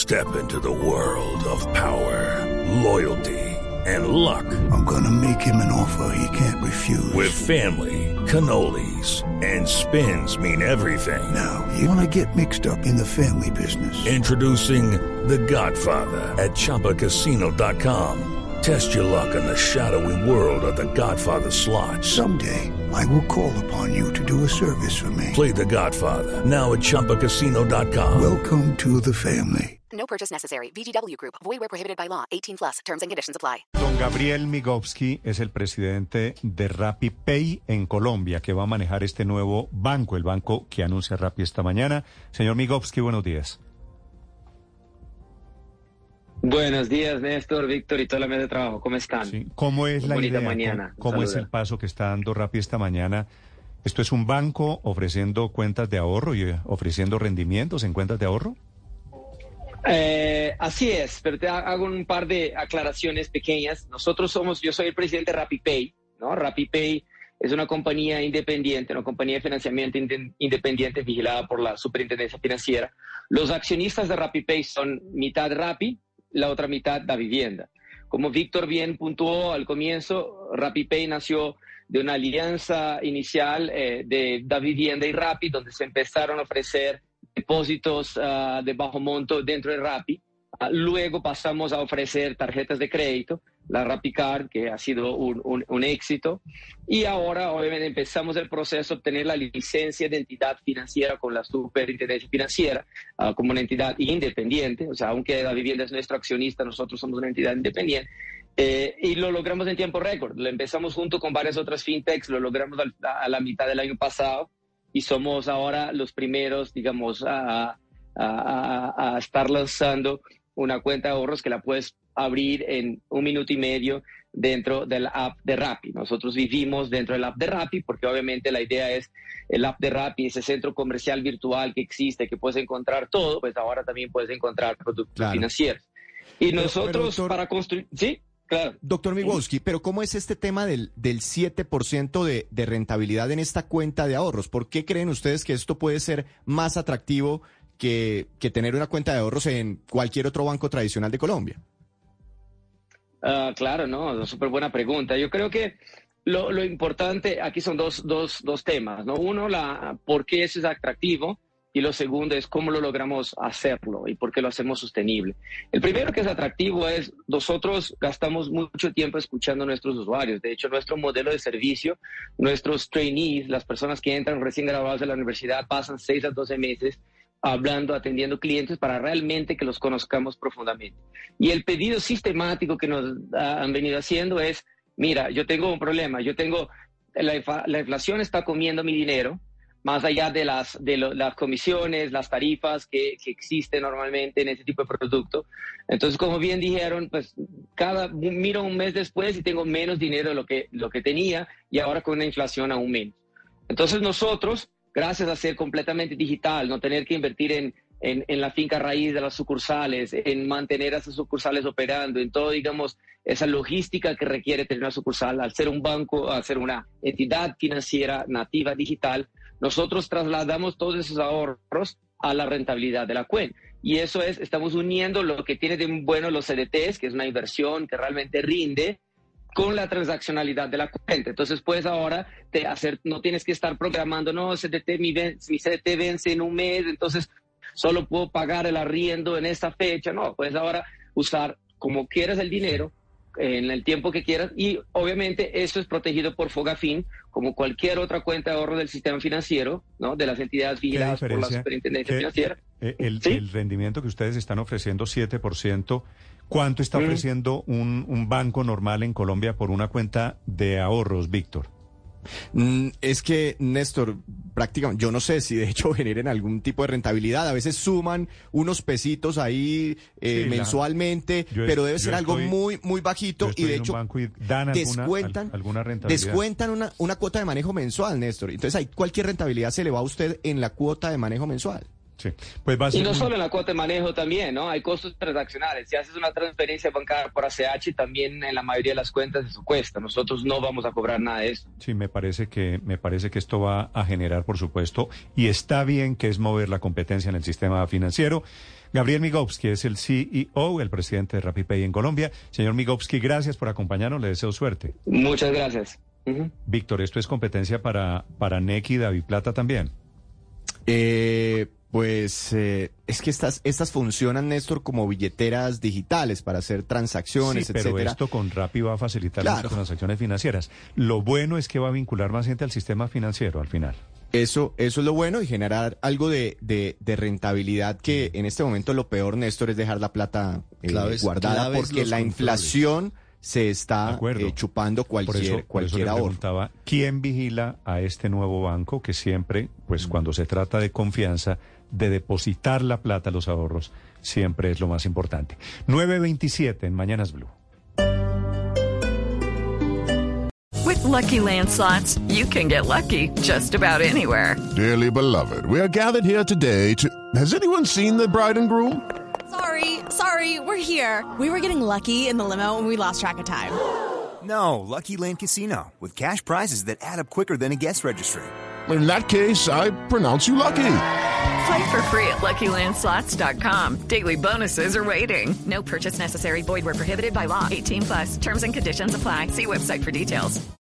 Step into the world of power, loyalty, and luck. I'm gonna make him an offer he can't refuse. With family, cannolis, and spins mean everything. Now, you wanna get mixed up in the family business. Introducing The Godfather at ChumbaCasino.com. Test your luck in the shadowy world of The Godfather slot. Someday, I will call upon you to do a service for me. Play The Godfather now at ChumbaCasino.com. Welcome to the family. No purchase necessary. VGW Group. Void where prohibited by law. 18+. Terms and conditions apply. Don Gabriel Migovsky es el presidente de RappiPay en Colombia, que va a manejar este nuevo banco, el banco que anuncia Rappi esta mañana. Señor Migovsky, buenos días. Buenos días, Néstor, Víctor y toda la mesa de trabajo. ¿Cómo están? Sí. ¿Cómo es la bonita idea? Mañana. ¿Cómo es el paso que está dando Rappi esta mañana? ¿Esto es un banco ofreciendo cuentas de ahorro y ofreciendo rendimientos en cuentas de ahorro? Así es, pero te hago un par de aclaraciones pequeñas. Yo soy el presidente de RappiPay, ¿no? RappiPay es una compañía independiente, una compañía de financiamiento independiente vigilada por la Superintendencia Financiera. Los accionistas de RappiPay son mitad Rappi, la otra mitad da vivienda. Como Víctor bien puntuó al comienzo, RappiPay nació de una alianza inicial de Da Vivienda y Rappi, donde se empezaron a ofrecer depósitos de bajo monto dentro de Rappi. Luego pasamos a ofrecer tarjetas de crédito, la RappiCard, que ha sido un éxito. Y ahora, obviamente, empezamos el proceso de obtener la licencia de entidad financiera con la Superintendencia Financiera, como una entidad independiente. O sea, aunque La Vivienda es nuestro accionista, nosotros somos una entidad independiente. Y lo logramos en tiempo récord. Lo empezamos junto con varias otras fintechs, lo logramos a la mitad del año pasado. Y somos ahora los primeros, digamos, a estar lanzando una cuenta de ahorros que la puedes abrir en 1 minuto y medio dentro de la app de Rappi. Nosotros vivimos dentro de la app de Rappi porque obviamente la idea es el app de Rappi, ese centro comercial virtual que existe, que puedes encontrar todo, pues ahora también puedes encontrar productos financieros. Y nosotros doctor, para construir... ¿Sí? Claro. Doctor Migovsky, pero ¿cómo es este tema del 7% de rentabilidad en esta cuenta de ahorros? ¿Por qué creen ustedes que esto puede ser más atractivo que tener una cuenta de ahorros en cualquier otro banco tradicional de Colombia? Claro, no, es una súper buena pregunta. Yo creo que lo importante aquí son dos temas, ¿no? Uno, por qué eso es atractivo. Y lo segundo es cómo lo logramos hacerlo y por qué lo hacemos sostenible. El primero que es atractivo es nosotros gastamos mucho tiempo escuchando a nuestros usuarios. De hecho, nuestro modelo de servicio, nuestros trainees, las personas que entran recién graduados de la universidad, pasan 6 a 12 meses hablando, atendiendo clientes para realmente que los conozcamos profundamente. Y el pedido sistemático que nos han venido haciendo es, mira, yo tengo un problema, la inflación está comiendo mi dinero, más allá de las comisiones, las tarifas que existen normalmente en ese tipo de producto. Entonces, como bien dijeron, pues miro un mes después y tengo menos dinero de lo que tenía y ahora con una inflación aún menos. Entonces nosotros, gracias a ser completamente digital, no tener que invertir en la finca raíz de las sucursales, en mantener a esas sucursales operando, en todo, digamos, esa logística que requiere tener una sucursal, al ser un banco, al ser una entidad financiera nativa digital, nosotros trasladamos todos esos ahorros a la rentabilidad de la cuenta. Y eso estamos uniendo lo que tiene de bueno los CDTs, que es una inversión que realmente rinde, con la transaccionalidad de la cuenta. Entonces, puedes ahora no tienes que estar programando, no, mi CDT vence en un mes, entonces solo puedo pagar el arriendo en esta fecha. No, puedes ahora usar como quieras el dinero, en el tiempo que quieras, y obviamente eso es protegido por Fogafín, como cualquier otra cuenta de ahorro del sistema financiero, ¿no? De las entidades vigiladas por la Superintendencia Financiera. El rendimiento que ustedes están ofreciendo, 7%, ¿cuánto está ofreciendo un banco normal en Colombia por una cuenta de ahorros, Víctor? Es que, Néstor, prácticamente, yo no sé si de hecho generen algún tipo de rentabilidad. A veces suman unos pesitos ahí mensualmente, pero debe ser algo muy, muy bajito. Y de hecho, dan descuentan una cuota de manejo mensual, Néstor. Entonces, ahí cualquier rentabilidad se le va a usted en la cuota de manejo mensual. Sí, pues va a Y ser no muy- solo en la cuota de manejo también, ¿no? Hay costos transaccionales. Si haces una transferencia bancaria por ACH, también en la mayoría de las cuentas eso cuesta. Nosotros no vamos a cobrar nada de eso. Sí, me parece que esto va a generar, por supuesto, y está bien que es mover la competencia en el sistema financiero. Gabriel Migovsky es el CEO, el presidente de RappiPay en Colombia. Señor Migovsky, gracias por acompañarnos, le deseo suerte. Muchas gracias. Ujú. Víctor, ¿esto es competencia para NEC y DaviPlata también? Es que estas funcionan, Néstor, como billeteras digitales para hacer transacciones, Sí, pero etcétera. esto con Rappi va a facilitar las Claro. transacciones financieras. Lo bueno es que va a vincular más gente al sistema financiero al final. Eso es lo bueno y generar algo de rentabilidad que en este momento lo peor, Néstor, es dejar la plata guardada claves porque los la controles. inflación se De está acuerdo. chupando Por eso cualquier le ahorro. preguntaba, ¿quién vigila a este nuevo banco que siempre, pues cuando se trata de confianza, de depositar la plata, los ahorros, siempre es lo más importante? 9:27 en Mañanas Blue. With Lucky Land Slots, you can get lucky just about anywhere. Dearly beloved, we are gathered here today to... Has anyone seen the bride and groom? Sorry, we're here. We were getting lucky in the limo and we lost track of time. No, Lucky Land Casino, with cash prizes that add up quicker than a guest registry. In that case, I pronounce you lucky. Play for free at LuckyLandSlots.com. Daily bonuses are waiting. No purchase necessary. Void where prohibited by law. 18+. Terms and conditions apply. See website for details.